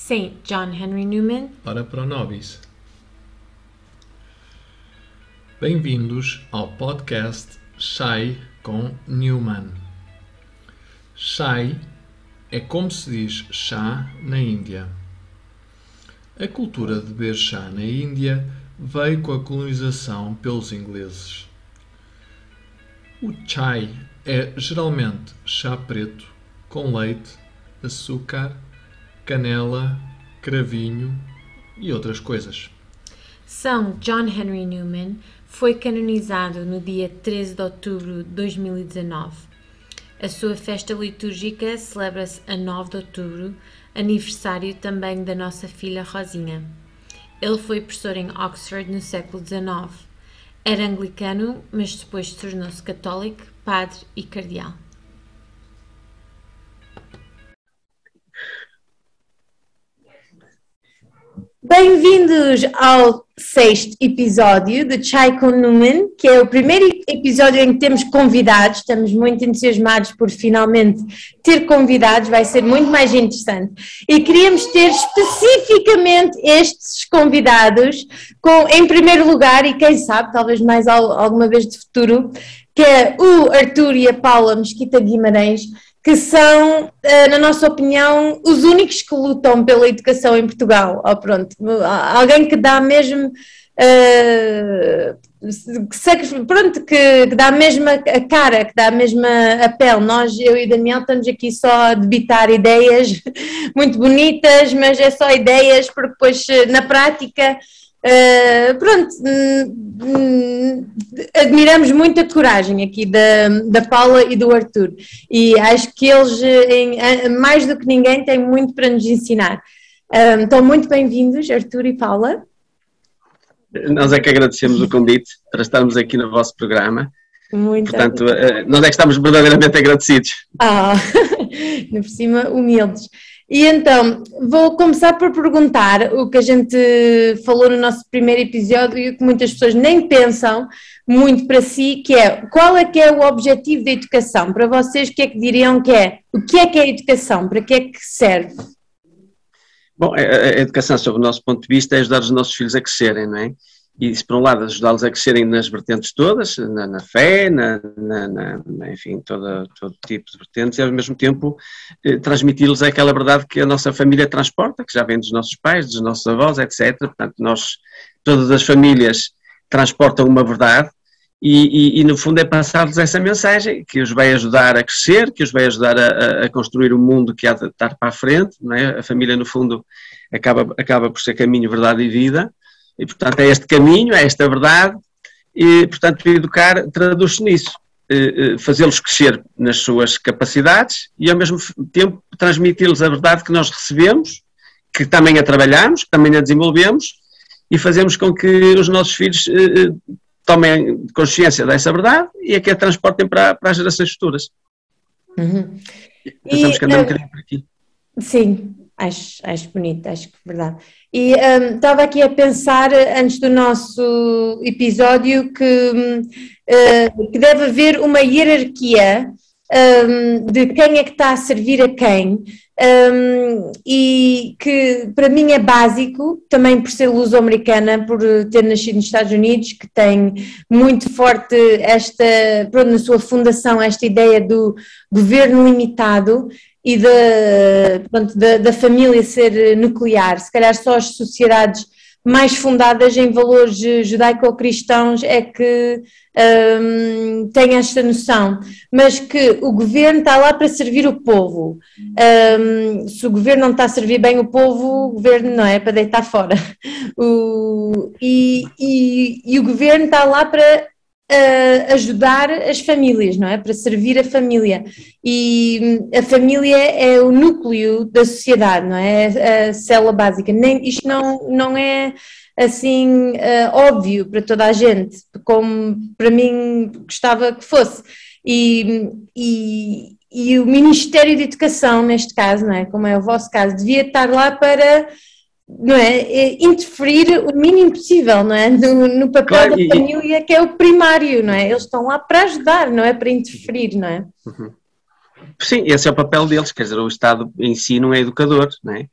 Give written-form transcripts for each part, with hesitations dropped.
Saint John Henry Newman. Ora pro nobis. Bem-vindos ao podcast Chai com Newman. Chai é como se diz chá na Índia. A cultura de beber chá na Índia veio com a colonização pelos ingleses. O chai é geralmente chá preto com leite, açúcar, canela, cravinho e outras coisas. São John Henry Newman foi canonizado no dia 13 de outubro de 2019. A sua festa litúrgica celebra-se a 9 de outubro, aniversário também da nossa filha Rosinha. Ele foi professor em Oxford no século XIX. Era anglicano, mas depois tornou-se católico, padre e cardeal. Bem-vindos ao 6º episódio de Chai com Newman, que é o primeiro episódio em que temos convidados. Estamos muito entusiasmados por finalmente ter convidados, vai ser muito mais interessante. E queríamos ter especificamente estes convidados, em primeiro lugar, e quem sabe, talvez mais alguma vez de futuro, que é o Arthur e a Paula Mesquita Guimarães, que são, na nossa opinião, os únicos que lutam pela educação em Portugal. Oh, pronto, alguém que dá mesmo, que dá mesmo a cara, que dá mesmo a pele. Nós, eu e o Daniel, estamos aqui só a debitar ideias muito bonitas, mas é só ideias, porque depois, na prática... admiramos muito a coragem aqui da Paula e do Arthur, e acho que eles, mais do que ninguém, têm muito para nos ensinar. Estão muito bem-vindos, Arthur e Paula. Nós é que agradecemos o convite para estarmos aqui no vosso programa. Muito Portanto, nós é que estamos verdadeiramente agradecidos. Por cima, humildes. E então, vou começar por perguntar o que a gente falou no nosso primeiro episódio e o que muitas pessoas nem pensam muito para si, que é qual é que é o objetivo da educação? Para vocês, o que é que diriam que é? O que é a educação? Para que é que serve? Bom, a educação, sob o nosso ponto de vista, é ajudar os nossos filhos a crescerem, não é? E, se por um lado, ajudá-los a crescerem nas vertentes todas, na fé, enfim, todo tipo de vertentes, e ao mesmo tempo transmiti-los aquela verdade que a nossa família transporta, que já vem dos nossos pais, dos nossos avós, etc. Portanto, todas as famílias transportam uma verdade e no fundo é passar-lhes essa mensagem que os vai ajudar a crescer, que os vai ajudar a construir o mundo que há de estar para a frente, não é? A família, no fundo, acaba por ser caminho, verdade e vida. E, portanto, é este caminho, é esta verdade, e, portanto, educar traduz-se nisso, fazê-los crescer nas suas capacidades e, ao mesmo tempo, transmitir-lhes a verdade que nós recebemos, que também a trabalhamos, que também a desenvolvemos, e fazemos com que os nossos filhos tomem consciência dessa verdade e a transportem para as gerações futuras. Uhum. Pensamos que anda um bocadinho por aqui. Sim. Acho bonito, acho que é verdade. E estava aqui a pensar, antes do nosso episódio, que deve haver uma hierarquia de quem é que está a servir a quem, e que para mim é básico, também por ser luso-americana, por ter nascido nos Estados Unidos, que tem muito forte na sua fundação, esta ideia do governo limitado, e da família ser nuclear. Se calhar só as sociedades mais fundadas em valores judaico-cristãos é que têm esta noção, mas que o governo está lá para servir o povo. Se o governo não está a servir bem o povo, o governo não é para deitar fora. E o governo está lá para ajudar as famílias, não é? Para servir a família. E a família é o núcleo da sociedade, não é? A célula básica. Isto não é assim óbvio para toda a gente, como para mim gostava que fosse. E o Ministério da Educação, neste caso, não é? Como é o vosso caso, devia estar lá para... não é? Interferir o mínimo possível, não é? No papel da família, que é o primário, não é? Eles estão lá para ajudar, não é para interferir, não é? Sim, esse é o papel deles, quer dizer, o Estado em si não é educador, não é?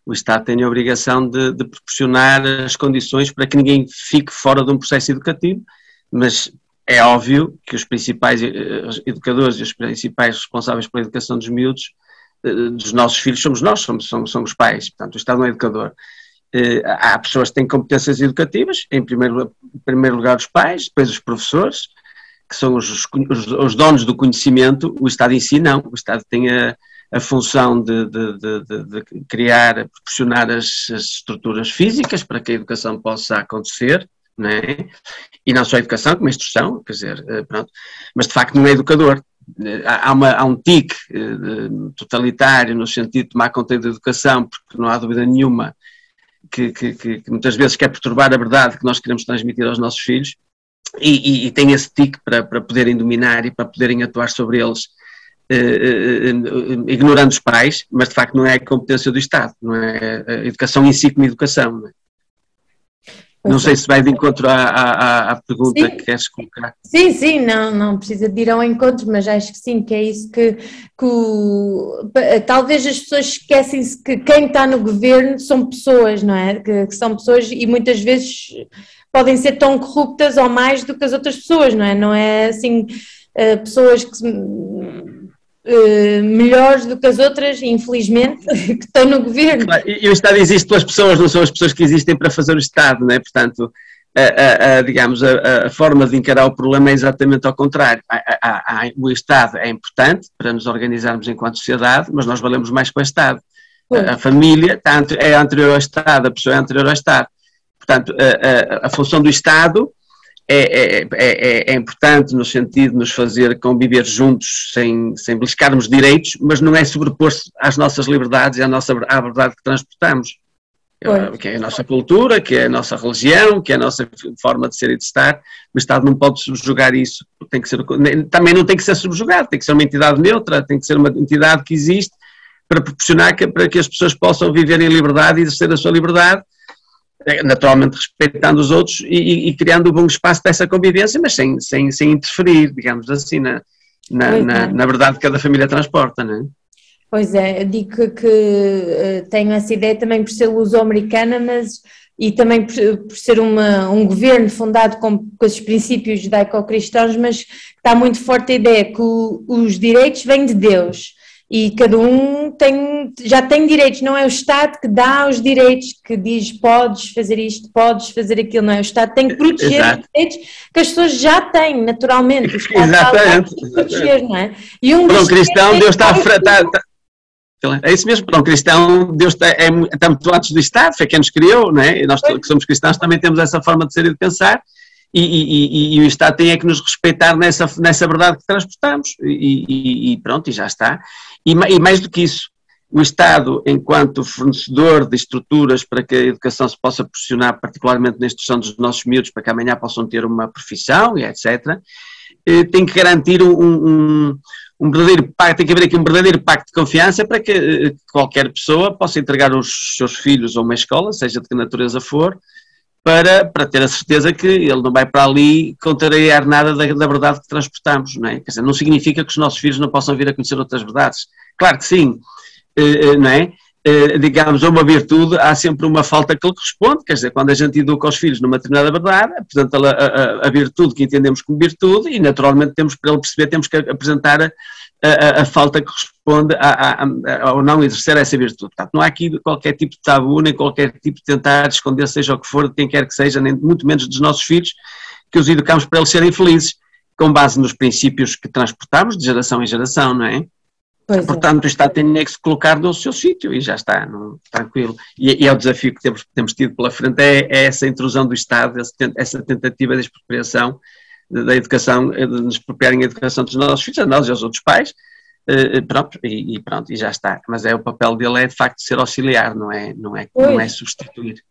O Estado tem a obrigação de proporcionar as condições para que ninguém fique fora de um processo educativo, mas é óbvio que os principais educadores e os principais responsáveis pela educação dos miúdos, dos nossos filhos, somos nós, somos os pais, portanto o Estado não é educador. Há pessoas que têm competências educativas, em primeiro lugar os pais, depois os professores, que são os donos do conhecimento. O Estado em si não, o Estado tem a função de criar, proporcionar as estruturas físicas para que a educação possa acontecer, não é? E não só a educação, como a instrução, quer dizer, pronto, mas de facto não é educador. Há um tique totalitário no sentido de tomar conta da educação, porque não há dúvida nenhuma que muitas vezes quer perturbar a verdade que nós queremos transmitir aos nossos filhos, e tem esse tique para poderem dominar e para poderem atuar sobre eles, ignorando os pais, mas de facto não é a competência do Estado, não é a educação em si como educação, não é? Não sei se vai de encontro à pergunta sim, que queres colocar. Sim, não precisa de ir ao encontro, mas acho que sim, que é isso que talvez as pessoas esquecem-se que quem está no governo são pessoas, não é? Que são pessoas e muitas vezes podem ser tão corruptas ou mais do que as outras pessoas, não é? Não é assim, pessoas que melhores do que as outras, infelizmente, que estão no governo. Claro, e o Estado existe pelas pessoas, não são as pessoas que existem para fazer o Estado, não é? Portanto, digamos, a forma de encarar o problema é exatamente ao contrário. O Estado é importante para nos organizarmos enquanto sociedade, mas nós valemos mais que o Estado. A família é anterior ao Estado, a pessoa é anterior ao Estado. Portanto, a função do Estado é importante no sentido de nos fazer conviver juntos sem beliscarmos direitos, mas não é sobreposto às nossas liberdades e à verdade que transportamos, que é a nossa cultura, que é a nossa religião, que é a nossa forma de ser e de estar. O Estado não pode subjugar isso, também não tem que ser subjugado, tem que ser uma entidade neutra, tem que ser uma entidade que existe para proporcionar para que as pessoas possam viver em liberdade e exercer a sua liberdade, naturalmente respeitando os outros e criando um bom espaço dessa convivência, mas sem interferir, digamos assim, na verdade que cada família transporta, não é? Pois é, eu digo que tenho essa ideia também por ser luso-americana, mas e também por ser um governo fundado com esses princípios judaico-cristãos, mas está muito forte a ideia que os direitos vêm de Deus. E cada um já tem direitos, não é o Estado que dá os direitos, que diz podes fazer isto, podes fazer aquilo, não é? O Estado tem que proteger os direitos que as pessoas já têm, naturalmente. O Estado exatamente. Está proteger, não é? E para um cristão, Deus está é isso mesmo, para um cristão, Deus está muito antes do Estado, foi quem nos criou, não é? E nós que somos cristãos também temos essa forma de ser e de pensar. E o Estado tem que nos respeitar nessa verdade que transportamos, e pronto, e já está. E mais do que isso, o Estado, enquanto fornecedor de estruturas para que a educação se possa proporcionar, particularmente na instrução dos nossos miúdos, para que amanhã possam ter uma profissão e etc., tem que garantir um verdadeiro pacto, tem que haver aqui um verdadeiro pacto de confiança para que qualquer pessoa possa entregar os seus filhos a uma escola, seja de que natureza for, para ter a certeza que ele não vai para ali contrariar nada da verdade que transportamos, não é? Quer dizer, não significa que os nossos filhos não possam vir a conhecer outras verdades. Claro que sim, não é? Digamos, a uma virtude há sempre uma falta que lhe corresponde, quer dizer, quando a gente educa os filhos numa determinada verdade, apresenta a virtude que entendemos como virtude e naturalmente para ele perceber temos que apresentar a falta que corresponde ao não exercer essa virtude. Portanto, não há aqui qualquer tipo de tabu, nem qualquer tipo de tentar esconder, seja o que for, de quem quer que seja, nem muito menos dos nossos filhos, que os educamos para eles serem felizes, com base nos princípios que transportamos de geração em geração, não é? Portanto, o Estado tem que se colocar no seu sítio e já está, tranquilo. E é o desafio que temos tido pela frente, é essa intrusão do Estado, essa tentativa de expropriação da educação, de nos expropriarem a educação dos nossos filhos, a nós e aos outros pais, pronto, e já está. Mas o papel dele é de facto ser auxiliar, não é substituir.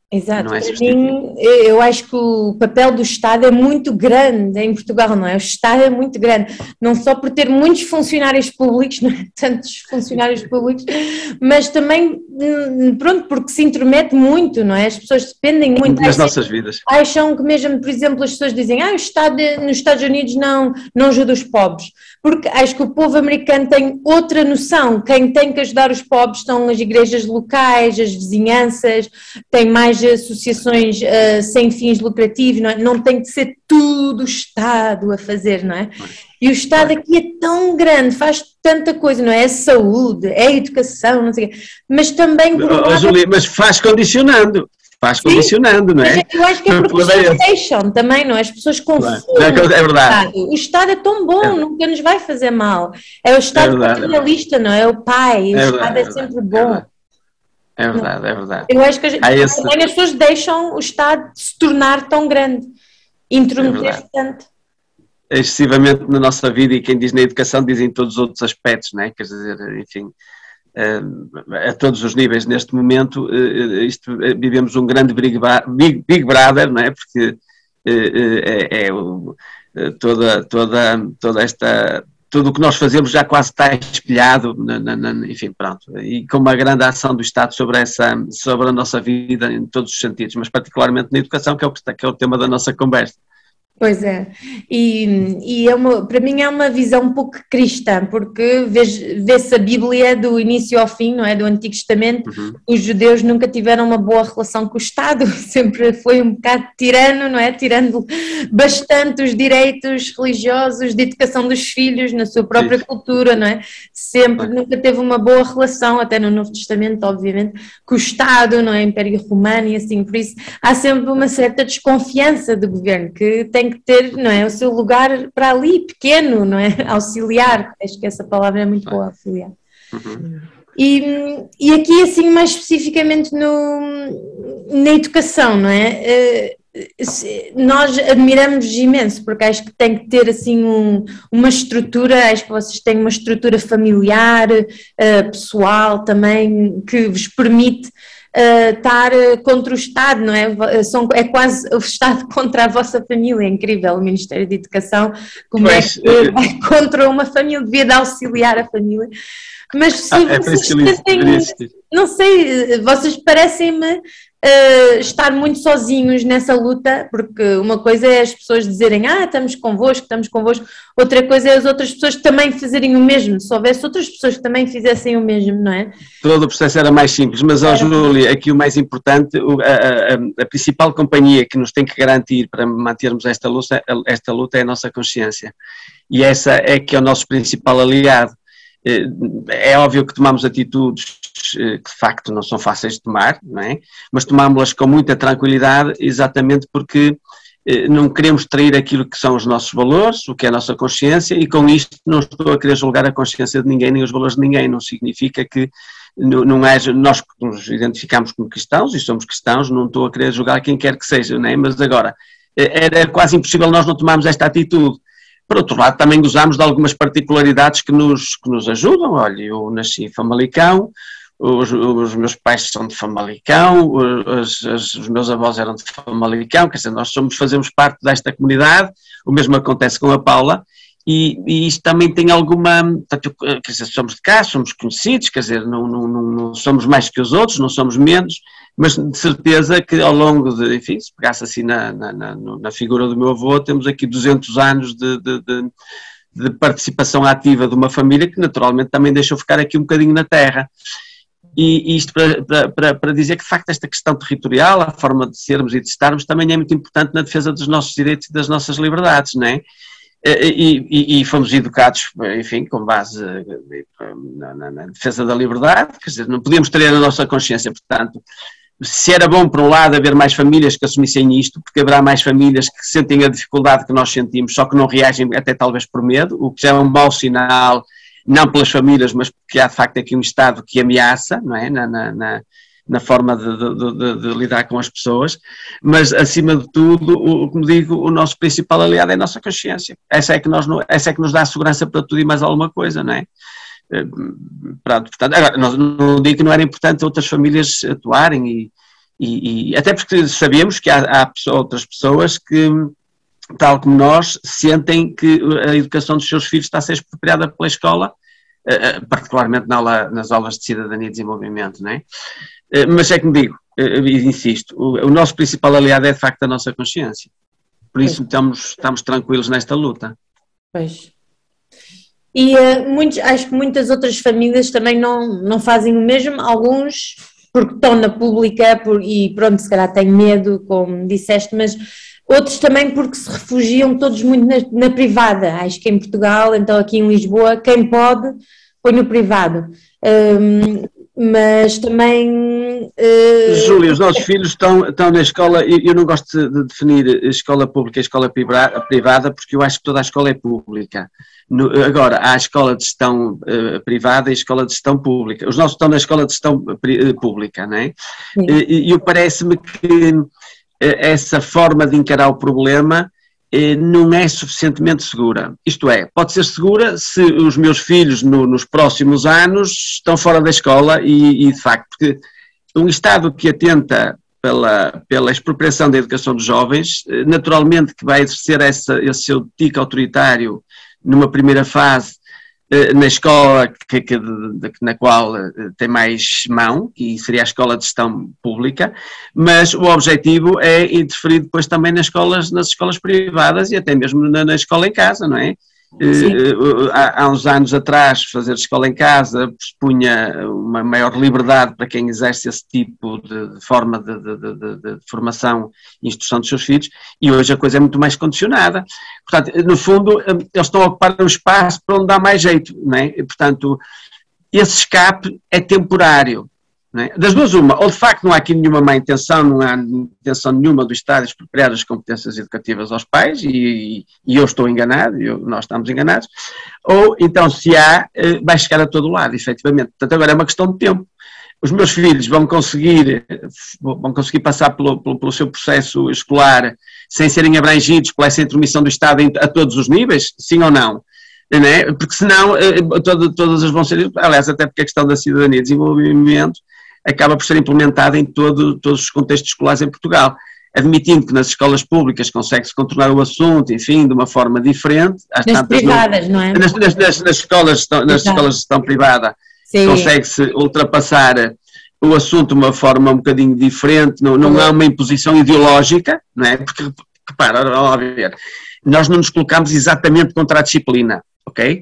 Exato, não é para substituível. mim, eu acho que o papel do Estado é muito grande em Portugal, não é? O Estado é muito grande, não só por ter muitos funcionários públicos, não é? Tantos funcionários públicos, mas também, pronto, porque se intromete muito, não é? As pessoas dependem muito. Das nossas vidas. Acham que mesmo, por exemplo, as pessoas dizem, o Estado nos Estados Unidos não ajuda os pobres, porque acho que o povo americano tem outra noção, quem tem que ajudar os pobres são as igrejas locais, as vizinhanças, tem mais associações sem fins lucrativos, não é? Não tem que ser tudo o Estado a fazer, não é? E o Estado aqui é tão grande, faz tanta coisa, não é? É a saúde, é a educação, não sei o quê, mas também... Júlia, mas faz condicionando. Faz condicionando, não é? Eu acho que é porque as pessoas deixam também, não é? As pessoas confundem. É verdade. O Estado é tão bom, nunca nos vai fazer mal. É o Estado paternalista, não é? É o pai, o Estado é sempre bom. É verdade, é verdade. Eu acho que também as pessoas deixam o Estado se tornar tão grande, intrometer-se tanto. Excessivamente na nossa vida, e quem diz na educação diz em todos os outros aspectos, não é? Quer dizer, enfim... a todos os níveis neste momento, vivemos um grande Big Brother, não é? Porque tudo o que nós fazemos já quase está espelhado, enfim, pronto, e com uma grande ação do Estado sobre a nossa vida em todos os sentidos, mas particularmente na educação, que é o tema da nossa conversa. Pois é, e para mim é uma visão um pouco cristã, porque vê-se a Bíblia do início ao fim, não é? Do Antigo Testamento, os judeus nunca tiveram uma boa relação com o Estado, sempre foi um bocado tirano, não é? Tirando bastante os direitos religiosos de educação dos filhos na sua própria cultura, não é? Sempre, nunca teve uma boa relação, até no Novo Testamento, obviamente, com o Estado, não é? Império Romano e assim, por isso há sempre uma certa desconfiança do governo, que tem que ter, não é, o seu lugar para ali, pequeno, não é, auxiliar, acho que essa palavra é muito boa, auxiliar. E aqui assim mais especificamente na educação, não é, nós admiramos imenso, porque acho que tem que ter assim uma estrutura, acho que vocês têm uma estrutura familiar, pessoal também, que vos permite estar contra o Estado, não é? É quase o Estado contra a vossa família, é incrível, o Ministério da Educação, como é que vai contra uma família, devia de auxiliar a família, mas se vocês sentem, não sei, vocês parecem-me estar muito sozinhos nessa luta, porque uma coisa é as pessoas dizerem, estamos convosco, outra coisa é as outras pessoas também fazerem o mesmo, se houvesse outras pessoas que também fizessem o mesmo, não é? Todo o processo era mais simples, mas, Júlia, aqui o mais importante, a principal companhia que nos tem que garantir para mantermos esta luta é a nossa consciência, e essa é que é o nosso principal aliado. É óbvio que tomamos atitudes que de facto não são fáceis de tomar, não é? Mas tomámos-las com muita tranquilidade, exatamente porque não queremos trair aquilo que são os nossos valores, o que é a nossa consciência, e com isto não estou a querer julgar a consciência de ninguém, nem os valores de ninguém, não significa que nós que nos identificamos como cristãos, e somos cristãos, não estou a querer julgar quem quer que seja, não é? Mas agora, era quase impossível nós não tomarmos esta atitude. Por outro lado, também gozamos de algumas particularidades que nos ajudam. Olha, eu nasci em Famalicão, os meus pais são de Famalicão, os meus avós eram de Famalicão, quer dizer, nós fazemos parte desta comunidade, o mesmo acontece com a Paula, e isto também tem alguma, quer dizer, somos de cá, somos conhecidos, quer dizer, não somos mais que os outros, não somos menos, mas de certeza que ao longo de, enfim, se pegasse assim na figura do meu avô, temos aqui 200 anos de participação ativa de uma família que naturalmente também deixou ficar aqui um bocadinho na terra. E isto para dizer que de facto esta questão territorial, a forma de sermos e de estarmos também é muito importante na defesa dos nossos direitos e das nossas liberdades, não é? E fomos educados, enfim, com base na defesa da liberdade, quer dizer, não podíamos ter a nossa consciência, portanto, se era bom, por um lado, haver mais famílias que assumissem isto, porque haverá mais famílias que sentem a dificuldade que nós sentimos, só que não reagem até talvez por medo, o que já é um mau sinal, não pelas famílias, mas porque há de facto aqui um Estado que ameaça, não é? Na forma de lidar com as pessoas, mas acima de tudo, como digo, o nosso principal aliado é a nossa consciência, essa é que nos dá a segurança para tudo e mais alguma coisa, não é? Pronto, portanto, agora, não digo que não era importante outras famílias atuarem E até porque sabemos que há outras pessoas que, tal como nós, sentem que a educação dos seus filhos está a ser expropriada pela escola, particularmente nas aulas de cidadania e desenvolvimento, não é? Mas é que me digo, insisto, o nosso principal aliado é de facto a nossa consciência. Por isso estamos tranquilos nesta luta. Pois. E acho que muitas outras famílias também não fazem o mesmo, alguns porque estão na pública e pronto, se calhar têm medo, como disseste, mas outros também porque se refugiam todos muito na privada. Acho que em Portugal, então aqui em Lisboa, quem pode põe no privado. Mas também... Júlia, os nossos filhos estão na escola, eu não gosto de definir escola pública e escola privada, porque eu acho que toda a escola é pública. Agora, há a escola de gestão privada e a escola de gestão pública. Os nossos estão na escola de gestão pública, não é? E parece-me que essa forma de encarar o problema não é suficientemente segura. Isto é, pode ser segura se os meus filhos nos próximos anos estão fora da escola e de facto, porque um Estado que atenta pela expropriação da educação dos jovens, naturalmente que vai exercer esse seu tique autoritário numa primeira fase na escola na qual tem mais mão, que seria a escola de gestão pública, mas o objetivo é interferir depois também nas escolas privadas e até mesmo na escola em casa, não é? Há uns anos atrás, fazer escola em casa pressupunha uma maior liberdade para quem exerce esse tipo de forma de formação e instrução dos seus filhos, e hoje a coisa é muito mais condicionada. Portanto, no fundo, eles estão a ocupar um espaço para onde dá mais jeito, não é? E, portanto, esse escape é temporário. Das duas uma, ou de facto não há aqui nenhuma má intenção, não há intenção nenhuma do Estado de expropriar as competências educativas aos pais e eu estou enganado, nós estamos enganados, ou então se há, vai chegar a todo lado, efetivamente. Portanto agora é uma questão de tempo. Os meus filhos vão conseguir passar pelo seu processo escolar sem serem abrangidos por essa intromissão do Estado a todos os níveis, sim ou não? Porque senão todas as vão ser, aliás até porque a questão da cidadania e desenvolvimento acaba por ser implementada em todos os contextos escolares em Portugal, admitindo que nas escolas públicas consegue-se contornar o assunto, enfim, de uma forma diferente. Nas privadas, não é? Nas escolas de gestão privada consegue-se ultrapassar o assunto de uma forma um bocadinho diferente, não há uma imposição ideológica, não é? Porque, repara, vamos ver, nós não nos colocamos exatamente contra a disciplina, ok?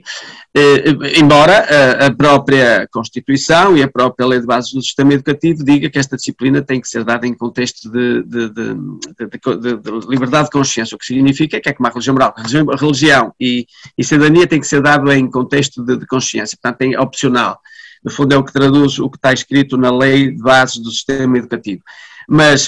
Embora a própria Constituição e a própria Lei de Bases do Sistema Educativo diga que esta disciplina tem que ser dada em contexto de liberdade de consciência, o que significa que é como a religião moral. A religião e cidadania tem que ser dado em contexto de consciência, portanto é opcional. No fundo é o que traduz o que está escrito na Lei de Bases do Sistema Educativo. Mas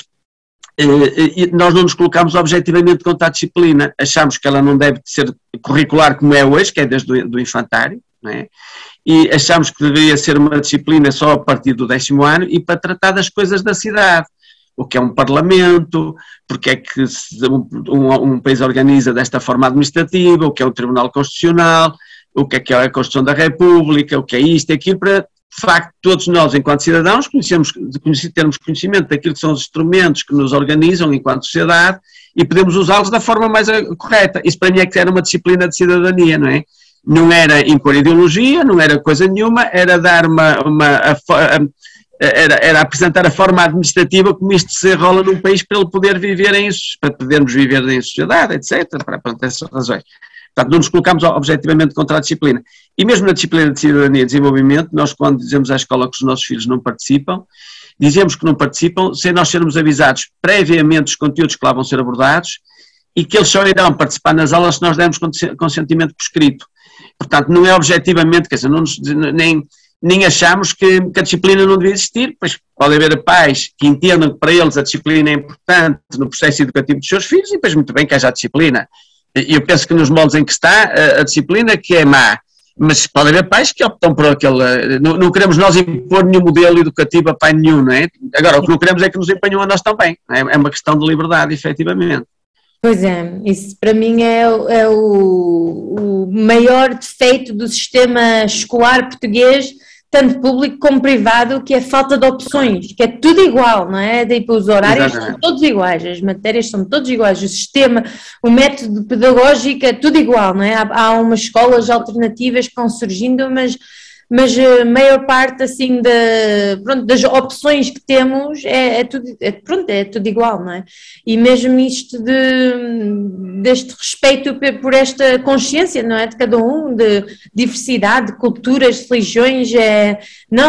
nós não nos colocamos objetivamente contra a disciplina, achamos que ela não deve ser curricular como é hoje, que é desde o infantário, não é? E achamos que deveria ser uma disciplina só a partir do 10º ano e para tratar das coisas da cidade, o que é um parlamento, porque é que um país organiza desta forma administrativa, o que é o Tribunal Constitucional, o que é a Constituição da República, o que é isto e aquilo, para de facto, todos nós, enquanto cidadãos, termos conhecimento daquilo que são os instrumentos que nos organizam enquanto sociedade e podemos usá-los da forma mais correta. Isso para mim é que era uma disciplina de cidadania, não é? Não era impor ideologia, não era coisa nenhuma, era dar era apresentar a forma administrativa como isto se enrola num país para ele poder viver para podermos viver em sociedade, etc., para essas razões. Portanto, não nos colocamos objetivamente contra a disciplina. E mesmo na disciplina de cidadania e desenvolvimento, nós quando dizemos à escola que os nossos filhos não participam, dizemos que não participam sem nós sermos avisados previamente dos conteúdos que lá vão ser abordados e que eles só irão participar nas aulas se nós dermos consentimento por escrito. Portanto, não é objetivamente, quer dizer, nem achamos que a disciplina não devia existir, pois pode haver pais que entendam que para eles a disciplina é importante no processo educativo dos seus filhos e depois muito bem que haja a disciplina. Eu penso que nos moldes em que está, a disciplina que é má, mas pode haver pais que optam por aquele... Não queremos nós impor nenhum modelo educativo a pai nenhum, não é? Agora, o que não queremos é que nos empenham a nós também. É uma questão de liberdade, efetivamente. Pois é, isso para mim é o maior defeito do sistema escolar português, tanto público como privado, que é falta de opções, que é tudo igual, não é? Tipo, os horários são todos iguais, as matérias são todas iguais, o sistema, o método pedagógico é tudo igual, não é? Há umas escolas alternativas que vão surgindo, mas a maior parte assim das opções que temos é tudo igual, não é? E mesmo isto deste respeito por esta consciência, não é? De cada um, de diversidade, de culturas, de religiões, é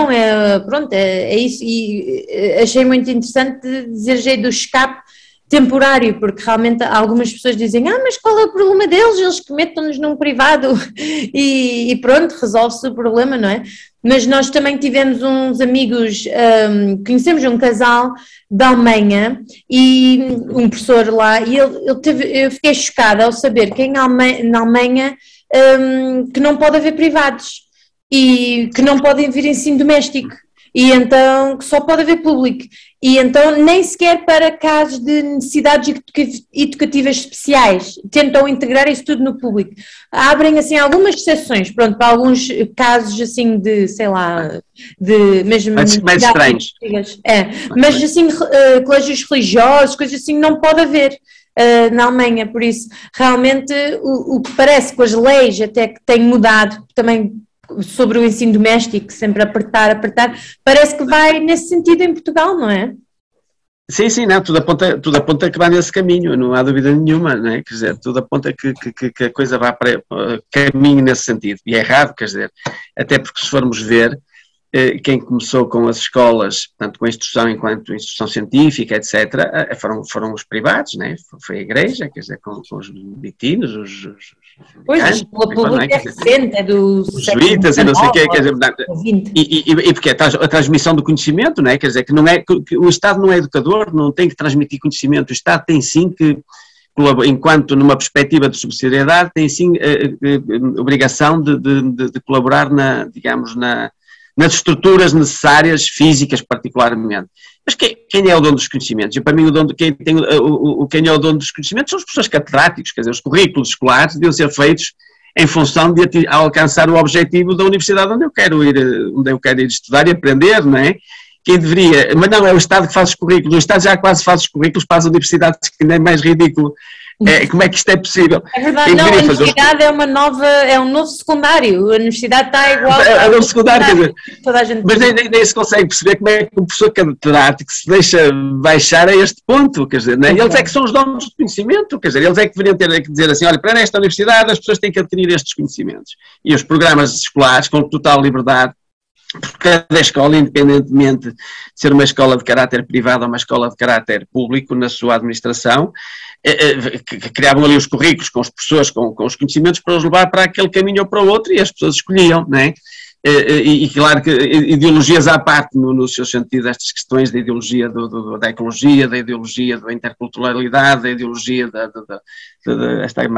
isso, e achei muito interessante dizer do escape temporário, porque realmente algumas pessoas dizem, mas qual é o problema deles? Eles que metam-nos num privado e pronto, resolve-se o problema, não é? Mas nós também tivemos uns amigos, conhecemos um casal da Alemanha e um professor lá, e eu fiquei chocada ao saber que na Alemanha que não pode haver privados e que não pode haver ensino doméstico. E então, que só pode haver público, e então nem sequer para casos de necessidades educativas especiais, tentam integrar isso tudo no público, abrem assim algumas exceções, pronto, para alguns casos assim de, sei lá, de mesmo... Mais estranhos. Mas assim, colégios religiosos, coisas assim, não pode haver na Alemanha, por isso, realmente o que parece com as leis até que têm mudado, também sobre o ensino doméstico, sempre apertar, parece que vai nesse sentido em Portugal, não é? Sim, não, tudo aponta que vai nesse caminho, não há dúvida nenhuma, não é? Quer dizer, tudo aponta que a coisa vai para caminho nesse sentido, e é errado, quer dizer, até porque se formos ver, quem começou com as escolas, portanto com a instrução enquanto instrução científica, etc., foram os privados, né? Foi a igreja, quer dizer, com os beneditinos, pois, a escola pública é recente, é dos jesuítas e não sei o quê, quer dizer, e porque a transmissão do conhecimento, não é? Quer dizer, que o Estado não é educador, não tem que transmitir conhecimento, o Estado tem sim que, enquanto numa perspectiva de subsidiariedade, tem sim obrigação de colaborar nas estruturas necessárias, físicas particularmente. Mas quem é o dono dos conhecimentos? E para mim quem é o dono dos conhecimentos são os professores catedráticos, quer dizer, os currículos escolares deviam ser feitos em função de alcançar o objetivo da universidade onde eu quero ir estudar e aprender, não é? Quem deveria, mas não é o Estado que faz os currículos, o Estado já quase faz os currículos para as universidades, que nem é mais ridículo. Como é que isto é possível? É verdade, não, a universidade é um novo secundário, a universidade está igual... É um novo secundário, quer dizer, toda a gente... Mas nem se consegue perceber como é que um professor catedrático se deixa baixar a este ponto, quer dizer, né? Eles é que são os donos do conhecimento, quer dizer, eles é que deveriam ter que dizer assim, olha, para esta universidade as pessoas têm que adquirir estes conhecimentos. E os programas escolares, com total liberdade, porque cada escola, independentemente de ser uma escola de caráter privado ou uma escola de caráter público na sua administração, que criavam ali os currículos com as pessoas, com os conhecimentos para os levar para aquele caminho ou para o outro, e as pessoas escolhiam, não é? E claro que ideologias à parte no seu sentido, estas questões da ideologia da ecologia, da ideologia da interculturalidade, da ideologia esta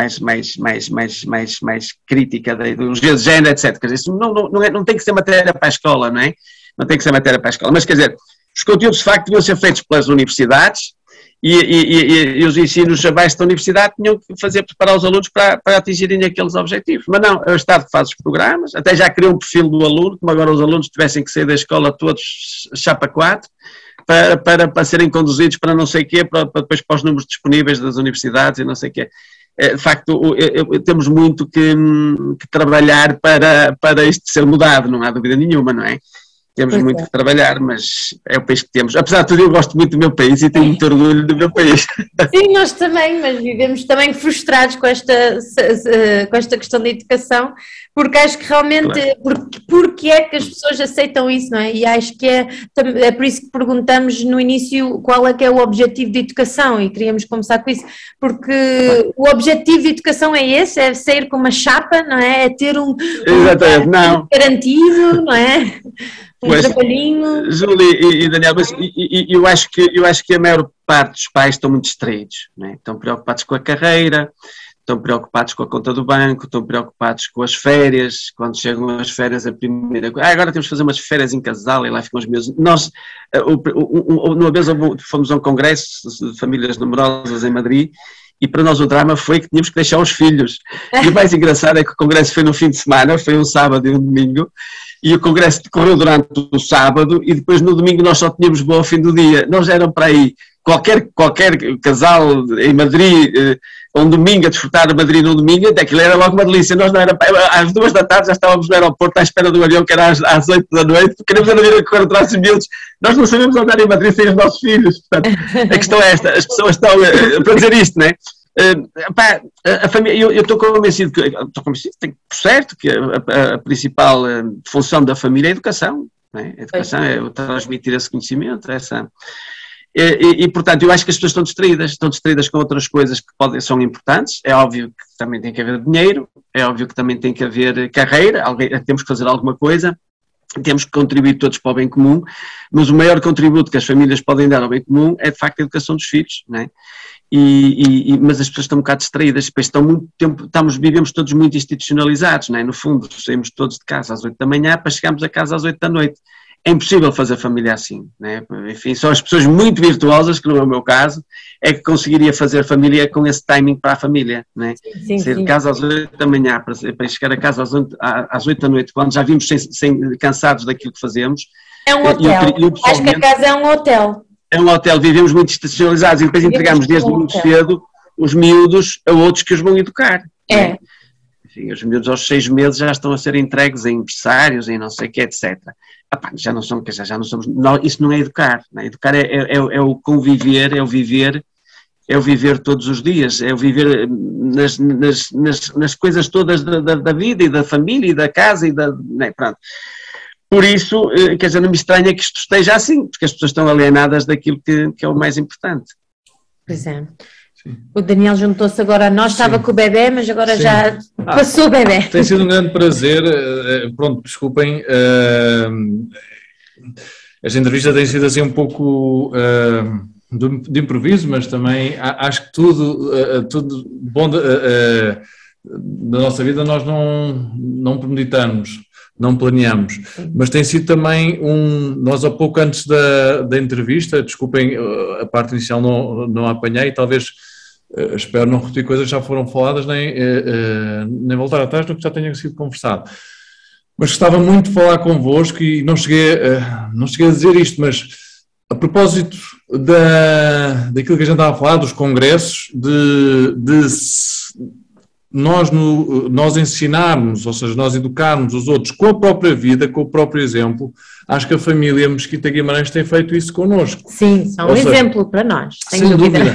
mais crítica da ideologia de género, etc. Quer dizer, isso não tem que ser matéria para a escola, não é? Não tem que ser matéria para a escola, mas quer dizer, os conteúdos de facto deviam ser feitos pelas universidades, e os ensinos abaixo da universidade tinham que preparar os alunos para atingirem aqueles objetivos. Mas não, é o Estado que faz os programas, até já criou um perfil do aluno, como agora os alunos tivessem que sair da escola todos chapa 4, para serem conduzidos para não sei o quê, depois para os números disponíveis das universidades e não sei o quê. De facto, temos muito que trabalhar para isto ser mudado, não há dúvida nenhuma, não é? Temos muito que trabalhar, mas é o país que temos. Apesar de tudo, eu gosto muito do meu país e tenho muito orgulho do meu país. Sim, nós também, mas vivemos também frustrados com esta questão da educação, porque acho que realmente, claro. Porque é que as pessoas aceitam isso, não é? E acho que é por isso que perguntamos no início qual é que é o objetivo de educação, e queríamos começar com isso, porque o objetivo de educação é esse, é sair com uma chapa, não é? É ter um garantido, não é? Trabalhinho. Júlia e Daniel, mas eu acho que a maior parte dos pais estão muito distraídos, não é? Estão preocupados com a carreira, estão preocupados com a conta do banco, estão preocupados com as férias, quando chegam as férias a primeira coisa, agora temos que fazer umas férias em casal e lá ficam os meus... Nós, uma vez fomos a um congresso de famílias numerosas em Madrid E para nós o drama foi que tínhamos que deixar os filhos. E o mais engraçado é que o congresso foi no fim de semana, foi um sábado e um domingo, e o congresso decorreu durante o sábado e depois no domingo nós só tínhamos voo ao fim do dia. Nós eram para aí, qualquer casal em Madrid, um domingo a desfrutar a Madrid no domingo, até aquilo era logo uma delícia. Nós não era, às 2 da tarde já estávamos no aeroporto à espera do avião, que era às 8 da noite, queremos andar a correr atrás dos miúdos. Nós não sabemos andar em Madrid sem os nossos filhos. Portanto, a questão é esta, as pessoas estão, para dizer isto, não é? A família, eu estou convencido que tem certo que a principal função da família é a educação, não é? A educação é transmitir esse conhecimento, portanto eu acho que as pessoas estão distraídas com outras coisas que são importantes. É óbvio que também tem que haver dinheiro, é óbvio que também tem que haver carreira, temos que fazer alguma coisa, temos que contribuir todos para o bem comum, mas o maior contributo que as famílias podem dar ao bem comum é de facto a educação dos filhos, não é? Mas as pessoas estão um bocado distraídas, depois estão muito tempo, vivemos todos muito institucionalizados, não é? No fundo, saímos todos de casa às 8 da manhã para chegarmos a casa às 8 da noite. É impossível fazer família assim, não é? Enfim, só as pessoas muito virtuosas, que não é o meu caso, é que conseguiria fazer família com esse timing para a família, não é? Sair de casa às 8 da manhã para chegar a casa às 8 da noite, quando já vimos cansados daquilo que fazemos. É um hotel, acho que a casa é um hotel. É um hotel, vivemos muito institucionalizados e depois entregamos desde muito cedo os miúdos a outros que os vão educar. É. Enfim, os miúdos aos 6 meses já estão a ser entregues a empresários, em não sei o que, etc. Já não somos, isso não é educar. Não é? Educar é o conviver, é o viver todos os dias, é o viver nas coisas todas da vida e da família e da casa e pronto. Por isso, quer dizer, não me estranha que isto esteja assim, porque as pessoas estão alienadas daquilo que é o mais importante. Pois é. Sim. O Daniel juntou-se agora a nós, estava com o bebê, mas agora sim, já passou o bebê. Tem sido um grande prazer, pronto, desculpem, esta entrevista tem sido assim um pouco de improviso, mas também acho que tudo bom da nossa vida nós não premeditamos. Não planeamos, mas tem sido também nós há pouco antes da entrevista, desculpem, a parte inicial não a apanhei, talvez, espero não repetir coisas que já foram faladas, nem voltar atrás do que já tenha sido conversado, mas gostava muito de falar convosco e não cheguei a dizer isto, mas a propósito daquilo que a gente estava a falar, dos congressos, nós ensinarmos, ou seja, nós educarmos os outros com a própria vida, com o próprio exemplo, acho que a família Mesquita Guimarães tem feito isso connosco. Sim, são um exemplo para nós, sem dúvida.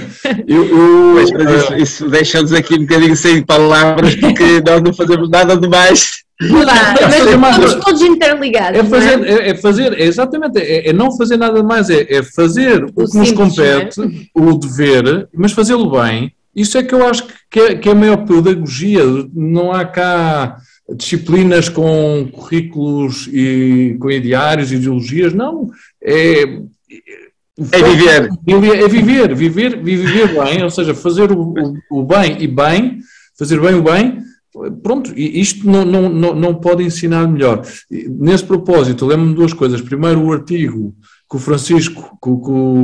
Isso deixa-nos aqui um bocadinho sem palavras, porque nós não fazemos nada de mais. Mas estamos todos interligados. Exatamente, é não fazer nada mais, é fazer o que nos compete, o dever, mas fazê-lo bem. Isso é que eu acho que é a maior pedagogia. Não há cá disciplinas com currículos e com ideários, ideologias, não. É viver. É viver bem, ou seja, fazer o bem e bem, fazer bem o bem. Pronto, e isto não pode ensinar melhor. Nesse propósito, lembro-me de 2 coisas. Primeiro, o artigo que o Francisco, que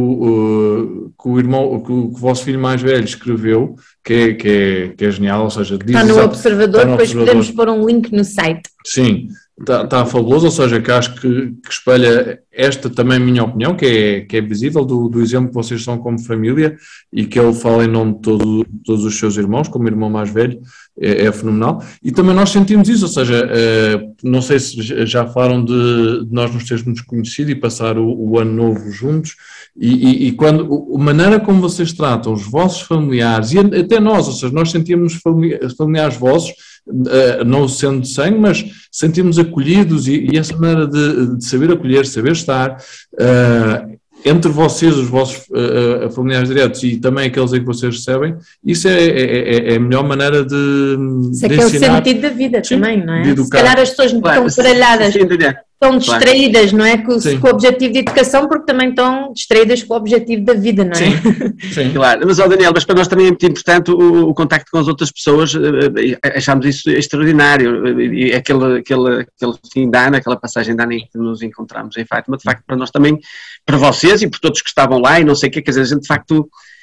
o vosso filho mais velho escreveu, que é genial, ou seja... Está no Observador, depois podemos pôr um link no site. Sim, está fabuloso, ou seja, que acho que espelha esta também minha opinião, que é visível do exemplo que vocês são como família e que ele fala em nome de todos os seus irmãos, como irmão mais velho, é fenomenal. E também nós sentimos isso, ou seja, não sei se já falaram de nós nos termos conhecido e passar o ano novo juntos, e quando a maneira como vocês tratam os vossos familiares, e até nós, ou seja, nós sentimos familiares vossos, não sendo de sangue, mas sentimos acolhidos e essa maneira de saber acolher, saber estar entre vocês, os vossos familiares diretos e também aqueles em que vocês recebem, isso é a melhor maneira de isso é que é ensinar, o sentido da vida, sim, também, não é? Se calhar as pessoas estão baralhadas, estão distraídas, não é? Com o objetivo de educação, porque também estão distraídas com o objetivo da vida, não é? Sim. Claro, mas Daniel, mas para nós também é muito importante o contacto com as outras pessoas, achamos isso extraordinário, e aquele fim de ano, aquela passagem de ano em que nos encontramos em Fátima, de facto para nós também, para vocês e por todos que estavam lá e não sei o quê, quer dizer, a gente de facto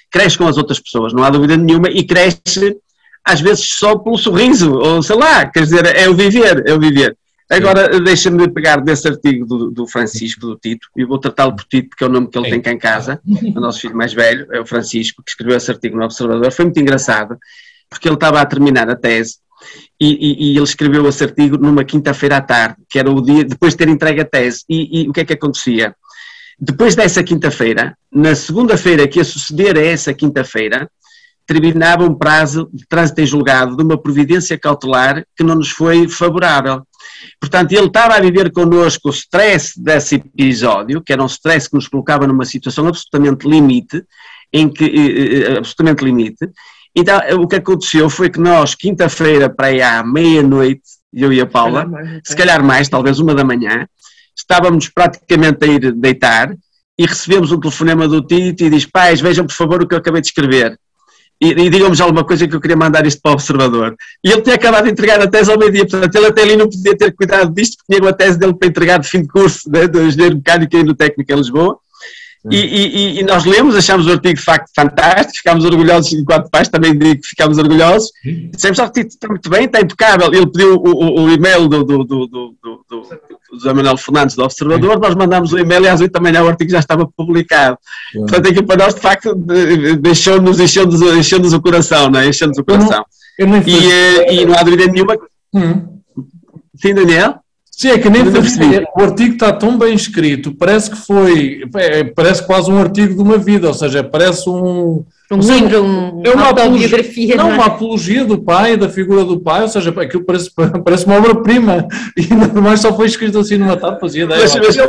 cresce com as outras pessoas, não há dúvida nenhuma, e cresce às vezes só pelo sorriso, ou sei lá, quer dizer, é o viver, é o viver. Agora, deixa-me pegar desse artigo do Francisco, do Tito, e vou tratá-lo por Tito, porque é o nome que ele tem cá em casa, o nosso filho mais velho, é o Francisco, que escreveu esse artigo no Observador. Foi muito engraçado, porque ele estava a terminar a tese, e ele escreveu esse artigo numa quinta-feira à tarde, que era o dia depois de ter entregue a tese, e o que é que acontecia? Depois dessa quinta-feira, na segunda-feira que ia suceder a essa quinta-feira, terminava um prazo de trânsito em julgado de uma providência cautelar que não nos foi favorável. Portanto, ele estava a viver connosco o stress desse episódio, que era um stress que nos colocava numa situação absolutamente limite, absolutamente limite. Então, o que aconteceu foi que nós, quinta-feira, para aí à meia-noite, eu e a Paula, se calhar mais, talvez 1 da manhã, estávamos praticamente a ir deitar e recebemos um telefonema do Tito e diz: pais, vejam por favor o que eu acabei de escrever. E digam-me alguma coisa que eu queria mandar isto para o Observador. E ele tinha acabado de entregar a tese ao meio-dia, portanto ele até ali não podia ter cuidado disto, porque tinha a tese dele para entregar de fim de curso, né, do engenheiro mecânico e no técnico em Lisboa. E nós lemos, achámos o artigo de facto fantástico, ficámos orgulhosos, enquanto pais também digo que ficámos orgulhosos. Dissemos: está muito bem, está impecável. Ele pediu o e-mail do José Manuel Fernandes do Observador, nós mandámos o e-mail e às 8 da manhã o artigo já estava publicado. Portanto, aquilo para nós de facto encheu-nos o coração, não é? Encheu-nos o coração. E não há dúvida nenhuma. Sim, Daniel? Sim, é que nem o artigo está tão bem escrito, parece que parece quase um artigo de uma vida, ou seja, parece um livro, uma autobiografia. Não, uma apologia do pai, da figura do pai, ou seja, aquilo parece uma obra-prima, e nada mais só foi escrito assim numa tarde, fazia ideia.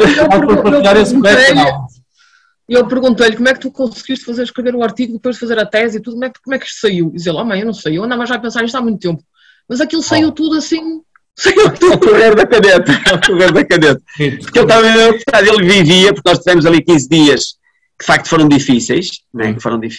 Eu perguntei-lhe: como é que tu conseguiste escrever o artigo depois de fazer a tese e tudo, como é que isto saiu? E dizia: mãe, eu não sei, eu andava já a pensar nisto há muito tempo, mas aquilo saiu tudo assim... Ao correr da cadete, porque ele vivia, porque nós tivemos ali 15 dias que de facto foram difíceis, né,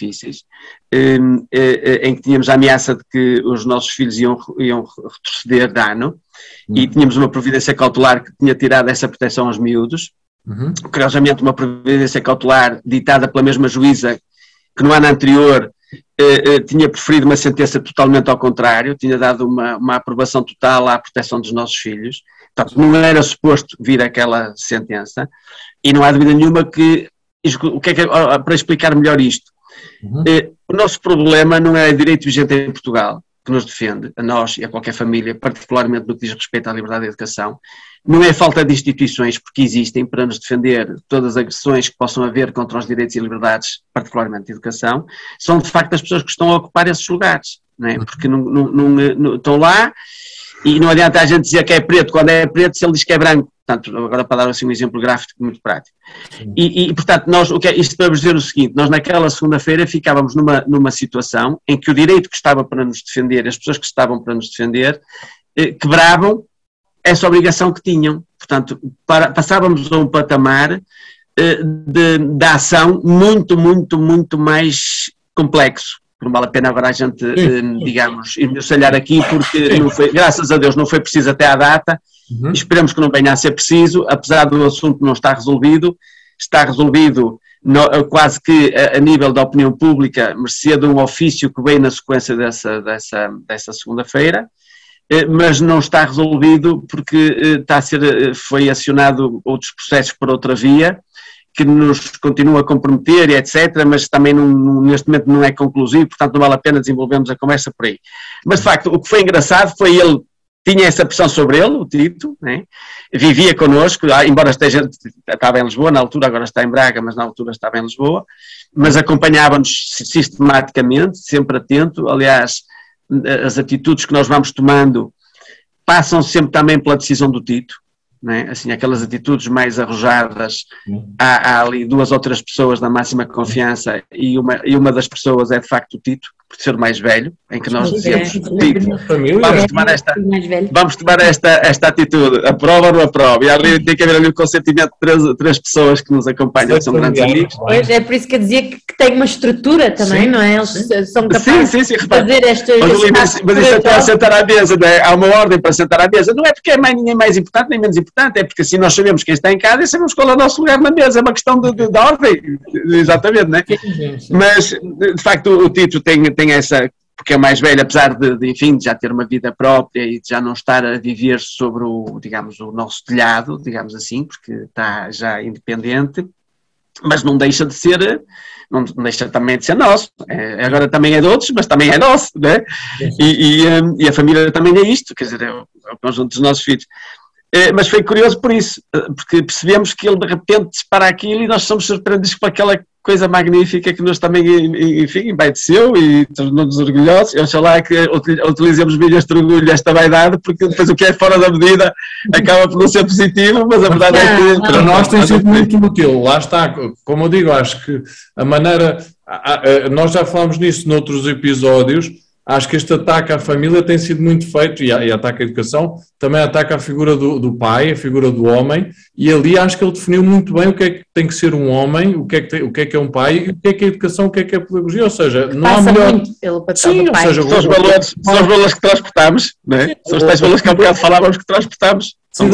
em que tínhamos a ameaça de que os nossos filhos iam retroceder de ano, e tínhamos uma providência cautelar que tinha tirado essa proteção aos miúdos, curiosamente uma providência cautelar ditada pela mesma juíza que no ano anterior tinha preferido uma sentença totalmente ao contrário, tinha dado uma aprovação total à proteção dos nossos filhos. Portanto, não era suposto vir aquela sentença, e não há dúvida nenhuma que, para explicar melhor isto, o nosso problema não é direito vigente em Portugal, que nos defende, a nós e a qualquer família, particularmente no que diz respeito à liberdade de educação, não é falta de instituições, porque existem para nos defender todas as agressões que possam haver contra os direitos e liberdades, particularmente de educação, são de facto as pessoas que estão a ocupar esses lugares, não é? Porque não estão lá, e não adianta a gente dizer que é preto quando é preto se ele diz que é branco. Portanto, agora para dar assim um exemplo gráfico muito prático. E portanto, isto para vos dizer o seguinte: nós naquela segunda-feira ficávamos numa situação em que o direito que estava para nos defender, as pessoas que estavam para nos defender, quebravam essa obrigação que tinham. Portanto, passávamos a um patamar de ação muito mais complexo. Não vale a pena agora a gente, digamos, esmiuçalhar aqui, porque não foi, graças a Deus não foi preciso até à data. Esperamos que não venha a ser preciso, apesar do assunto não estar resolvido. Está resolvido quase que a nível da opinião pública, mercê de um ofício que veio na sequência dessa segunda-feira, mas não está resolvido porque foi acionado outros processos por outra via, que nos continua a comprometer e etc, mas também neste momento não é conclusivo, portanto não vale a pena desenvolvermos a conversa por aí. Mas de facto o que foi engraçado foi ele, tinha essa pressão sobre ele, o Tito, né? Vivia connosco, embora estava em Lisboa na altura, agora está em Braga, mas na altura estava em Lisboa, mas acompanhava-nos sistematicamente, sempre atento. Aliás, as atitudes que nós vamos tomando passam sempre também pela decisão do Tito, né? Assim, aquelas atitudes mais arrojadas, há ali 2 ou 3 pessoas da máxima confiança, e uma das pessoas é de facto o Tito, por ser o mais velho, em que nós dizemos, família. vamos tomar esta atitude, aprova ou não aprova, e ali tem que haver ali o consentimento de três pessoas que nos acompanham, que são grandes amigos. Pois, é por isso que eu dizia que tem uma estrutura também, não é? Eles são capazes de fazer mas isso é para sentar à mesa, não é? Há uma ordem para sentar à mesa, não é porque é ninguém mais importante nem menos importante, é porque assim nós sabemos quem está em casa e sabemos qual é o nosso lugar na mesa, é uma questão de ordem, exatamente, não é? Mas, de facto, o Tito tem essa, porque é o mais velho, apesar enfim, de já ter uma vida própria e de já não estar a viver sobre o nosso telhado, digamos assim, porque está já independente, mas não deixa de ser, não deixa também de ser nosso. Agora também é de outros, mas também é nosso, né? E a família também é isto, quer dizer, é o conjunto dos nossos filhos. Mas foi curioso por isso, porque percebemos que ele de repente dispara aquilo e nós somos surpreendidos com aquela coisa magnífica que nos também, enfim, embedeceu e tornou-nos orgulhosos. Oxalá que utilizemos bem este orgulho, esta vaidade, porque depois o que é fora da medida acaba por não ser positivo, mas a verdade é que... Para nós tem sido muito útil, lá está, como eu digo, acho que a maneira, nós já falámos nisso noutros episódios. Acho que este ataque à família tem sido muito feito, e ataque à educação, também ataca a figura do pai, a figura do homem, e ali acho que ele definiu muito bem o que é que tem que ser um homem, o que é que é um pai, e o que é a educação, o que é a pedagogia, ou seja, não há melhor... muito pelo papel do pai. Ou seja, são os valores que transportamos, não é? São os tais valores que há bocado falávamos que transportamos.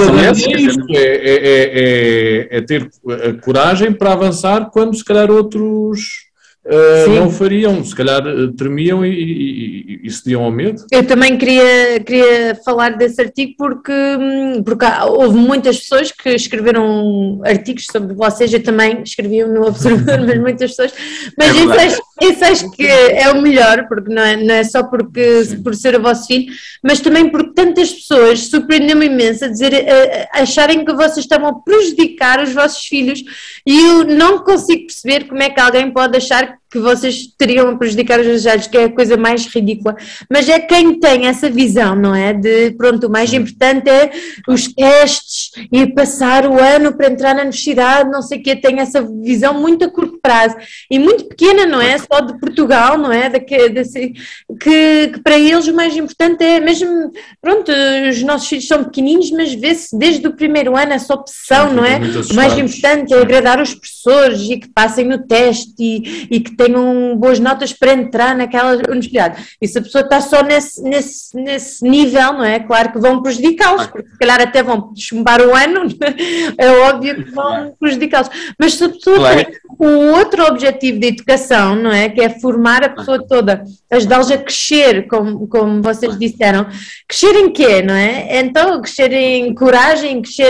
É ter a coragem para avançar quando se calhar outros... não fariam, se calhar tremiam e cediam ao medo. Eu também queria falar desse artigo porque houve muitas pessoas que escreveram artigos sobre vocês, eu também escrevi no Observador, mas muitas pessoas, mas esse acho que é o melhor, porque não é só por ser o vosso filho, mas também porque tantas pessoas surpreendeu-me imenso a acharem que vocês estavam a prejudicar os vossos filhos, e eu não consigo perceber como é que alguém pode achar que vocês teriam a prejudicar os velhos, que é a coisa mais ridícula, mas é quem tem essa visão, não é? De, pronto, o mais importante é os testes e passar o ano para entrar na universidade, não sei o quê, tem essa visão muito a curto prazo e muito pequena, não é? Só de Portugal, não é? Que para eles o mais importante é mesmo, pronto, os nossos filhos são pequeninos, mas vê-se desde o primeiro ano essa opção, não é? O mais importante é agradar os professores e que passem no teste e que tenham boas notas para entrar naquela universidade. E se a pessoa está só nesse nível, não é? Claro que vão prejudicá-los, porque se calhar até vão chumbar o ano, é óbvio que vão prejudicá-los. Mas se a pessoa tem o outro objetivo de educação, não é? Que é formar a pessoa toda, ajudá-los a crescer, como vocês disseram. Crescer em quê, não é? Então, crescer em coragem, crescer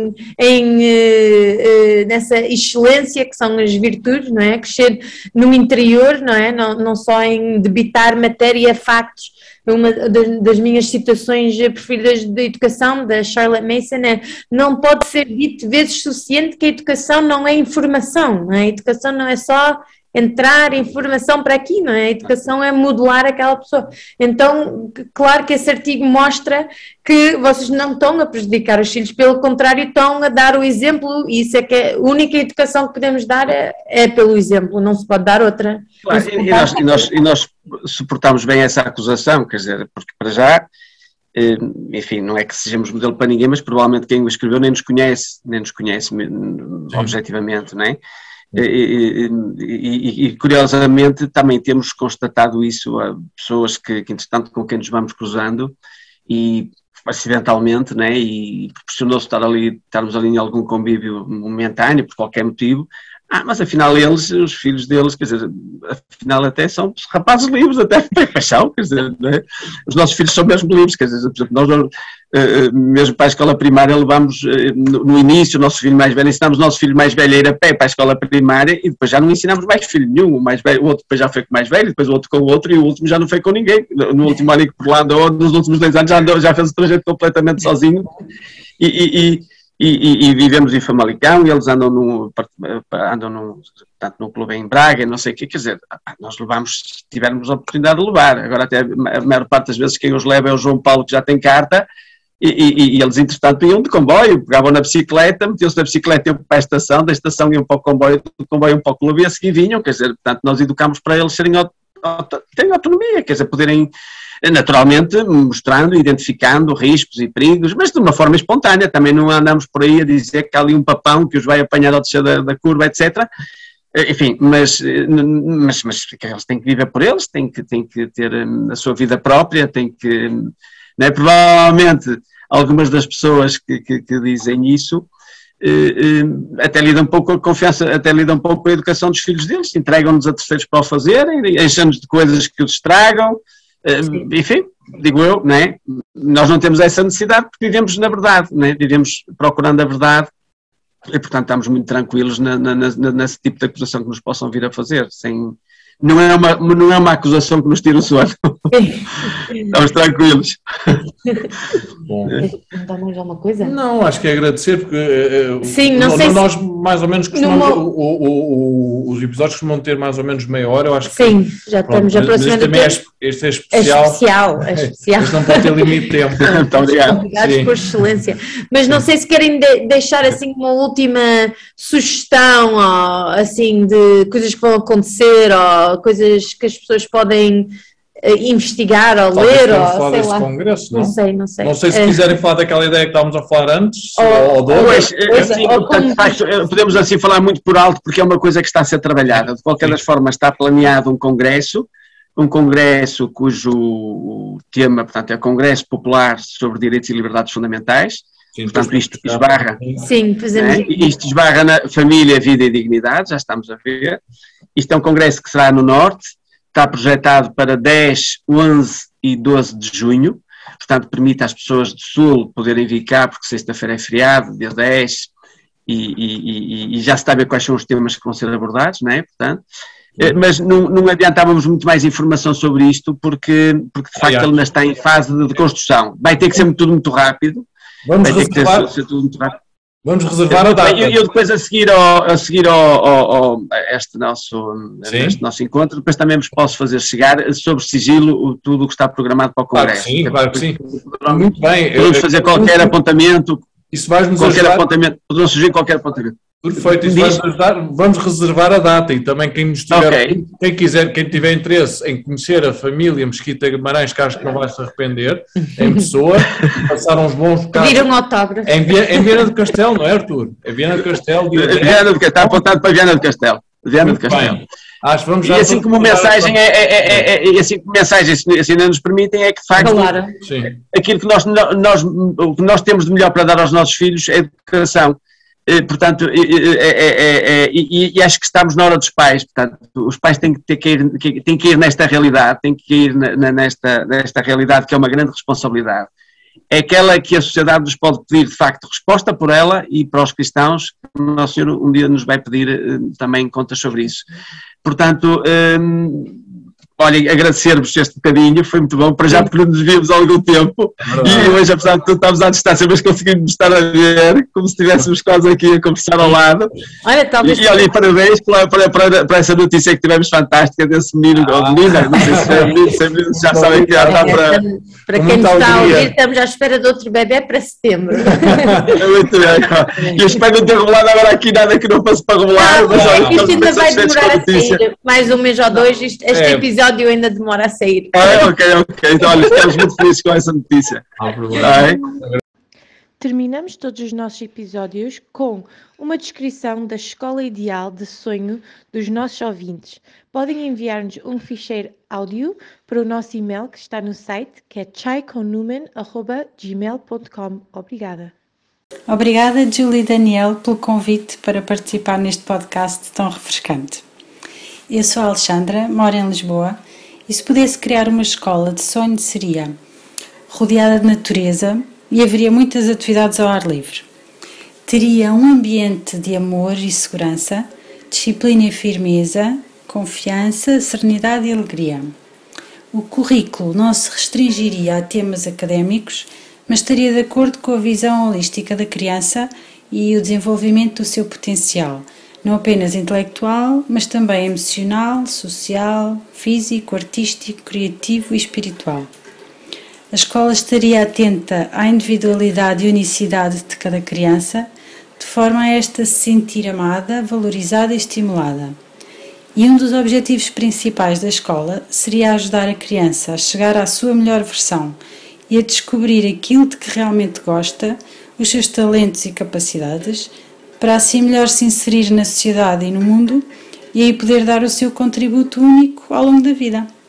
nessa excelência que são as virtudes, não é? Crescer no interior, não é? Não só em debitar matéria a factos. Uma das minhas citações preferidas da educação, da Charlotte Mason, é: não pode ser dito vezes suficiente que a educação não é informação, não é? A educação não é só entrar informação para aqui, não é? A educação é modelar aquela pessoa. Então, claro que esse artigo mostra que vocês não estão a prejudicar os filhos, pelo contrário, estão a dar o exemplo, e isso é que a única educação que podemos dar é pelo exemplo, não se pode dar outra. Claro, e nós suportamos bem essa acusação, quer dizer, porque para já, enfim, não é que sejamos modelo para ninguém, mas provavelmente quem o escreveu nem nos conhece objetivamente, não é? E curiosamente também temos constatado isso a pessoas que entretanto com quem nos vamos cruzando e acidentalmente, né, e proporcionou-se estarmos ali em algum convívio momentâneo por qualquer motivo, mas afinal os filhos deles, quer dizer, afinal até são rapazes livres, até tem paixão, quer dizer, né? Os nossos filhos são mesmo livres, quer dizer, por exemplo, nós mesmo para a escola primária levamos, no início, o nosso filho mais velho, ensinámos o nosso filho mais velho a ir a pé para a escola primária e depois já não ensinámos mais filho nenhum, o outro depois já foi com o mais velho, depois o outro com o outro e o último já não foi com ninguém, no último ano que por lá andou, nos últimos 2 anos já fez o trajeto completamente sozinho e vivemos em Famalicão e eles andam num clube em Braga, não sei o quê, quer dizer, nós levamos, se tivermos a oportunidade de levar, agora até a maior parte das vezes quem os leva é o João Paulo que já tem carta e eles entretanto iam de comboio, pegavam na bicicleta, metiam-se na bicicleta e iam para a estação, da estação iam para o comboio, do comboio um pouco clube e a seguir vinham, quer dizer, portanto nós educamos para eles serem têm autonomia, quer dizer, poderem, naturalmente, mostrando, identificando riscos e perigos, mas de uma forma espontânea, também não andamos por aí a dizer que há ali um papão que os vai apanhar ao descer da curva, etc. Enfim, mas eles têm que viver por eles, têm que ter a sua vida própria, têm que, né, provavelmente, algumas das pessoas que dizem isso, até lidam um pouco com a confiança, até lidam um pouco com a educação dos filhos deles, entregam-nos a terceiros para o fazerem, enchem-nos de coisas que os estragam, enfim, digo eu, não é? Nós não temos essa necessidade porque vivemos na verdade, não é? Vivemos procurando a verdade e, portanto, estamos muito tranquilos nesse tipo de acusação que nos possam vir a fazer, não é uma acusação que nos tira o sono. Estamos tranquilos. Bom. Não mais alguma coisa? Não, acho que é agradecer, porque sim, não sei nós mais ou menos costumamos, os episódios costumam ter mais ou menos meia hora, eu acho que... Sim, já estamos aproximando. Este é especial. É especial. Este não pode ter limite de tempo. Muito obrigado. Obrigados por excelência. Mas não sei se querem deixar assim uma última sugestão, ou, assim, de coisas que vão acontecer, ou coisas que as pessoas podem investigar ou ler, ou sei lá. Congresso, não? Não sei. Não sei se quiserem falar daquela ideia que estávamos a falar antes, ou podemos assim falar muito por alto, porque é uma coisa que está a ser trabalhada. De qualquer das formas, está planeado um congresso cujo tema, portanto, é Congresso Popular sobre Direitos e Liberdades Fundamentais. Sim, portanto, isto esbarra, sim, fazemos isto esbarra na família, vida e dignidade, já estamos a ver. Isto é um congresso que será no Norte, está projetado para 10, 11 e 12 de junho, portanto permite às pessoas do Sul poderem vir cá, porque sexta-feira é feriado, dia 10, e já se está a ver quais são os temas que vão ser abordados, não é? Portanto, mas não adiantávamos muito mais informação sobre isto, porque de facto ele ainda está em fase de construção. Vai ter que ser tudo muito rápido. Vamos reservar a data. Eu depois a seguir a este nosso encontro, depois também vos posso fazer chegar sobre sigilo tudo o que está programado para o Congresso. Claro que sim. Muito bem. Podemos fazer qualquer apontamento. Isso vai-nos ajudar. Poderão surgir qualquer apontamento. Perfeito, isso vai-nos ajudar. Vamos reservar a data e também quem tiver interesse em conhecer a família Mesquita Guimarães, que acho que não vai se arrepender, em pessoa, passar uns bons bocados. Pedir um autógrafo. Em Viana do Castelo, não é, Artur? É Viana do Castelo. Está apontado para Viana do Castelo. Acho que vamos e assim como mensagem assim não nos permitem, é que de facto aquilo que nós temos de melhor para dar aos nossos filhos é educação. Portanto, e acho que estamos na hora dos pais, portanto, os pais têm que ir nesta realidade, têm que ir nesta realidade que é uma grande responsabilidade. É aquela que a sociedade nos pode pedir, de facto, resposta por ela, e para os cristãos, o Nosso Senhor um dia nos vai pedir também contas sobre isso. Portanto, olha, agradecer-vos este bocadinho, foi muito bom, para já porque nos vimos há algum tempo, e hoje, apesar de tudo, estamos à distância, mas conseguimos estar a ver, como se estivéssemos quase aqui a conversar ao lado. Olha, talvez... E parabéns para essa notícia que tivemos fantástica desse menino, ou de menina, não sei se é menino, já sabem que já está para... Para quem nos está a ouvir, estamos à espera de outro bebê para setembro. Muito bem, e eu espero não ter revelado agora aqui nada que não fosse para revelar. Isto ainda vai demorar a sair, mais um mês ou dois, este episódio ainda demora a sair. Ok, então olha, estamos muito felizes com essa notícia. Terminamos todos os nossos episódios com uma descrição da escola ideal de sonho dos nossos ouvintes. Podem enviar-nos um ficheiro áudio para o nosso e-mail que está no site, que é chaiconnumen@gmail.com. Obrigada. Obrigada, Júlia e Daniel, pelo convite para participar neste podcast tão refrescante. Eu sou a Alexandra, moro em Lisboa, e se pudesse criar uma escola de sonho seria rodeada de natureza e haveria muitas atividades ao ar livre. Teria um ambiente de amor e segurança, disciplina e firmeza, confiança, serenidade e alegria. O currículo não se restringiria a temas académicos, mas estaria de acordo com a visão holística da criança e o desenvolvimento do seu potencial, não apenas intelectual, mas também emocional, social, físico, artístico, criativo e espiritual. A escola estaria atenta à individualidade e unicidade de cada criança, de forma a esta se sentir amada, valorizada e estimulada. E um dos objetivos principais da escola seria ajudar a criança a chegar à sua melhor versão e a descobrir aquilo de que realmente gosta, os seus talentos e capacidades, para assim melhor se inserir na sociedade e no mundo e aí poder dar o seu contributo único ao longo da vida.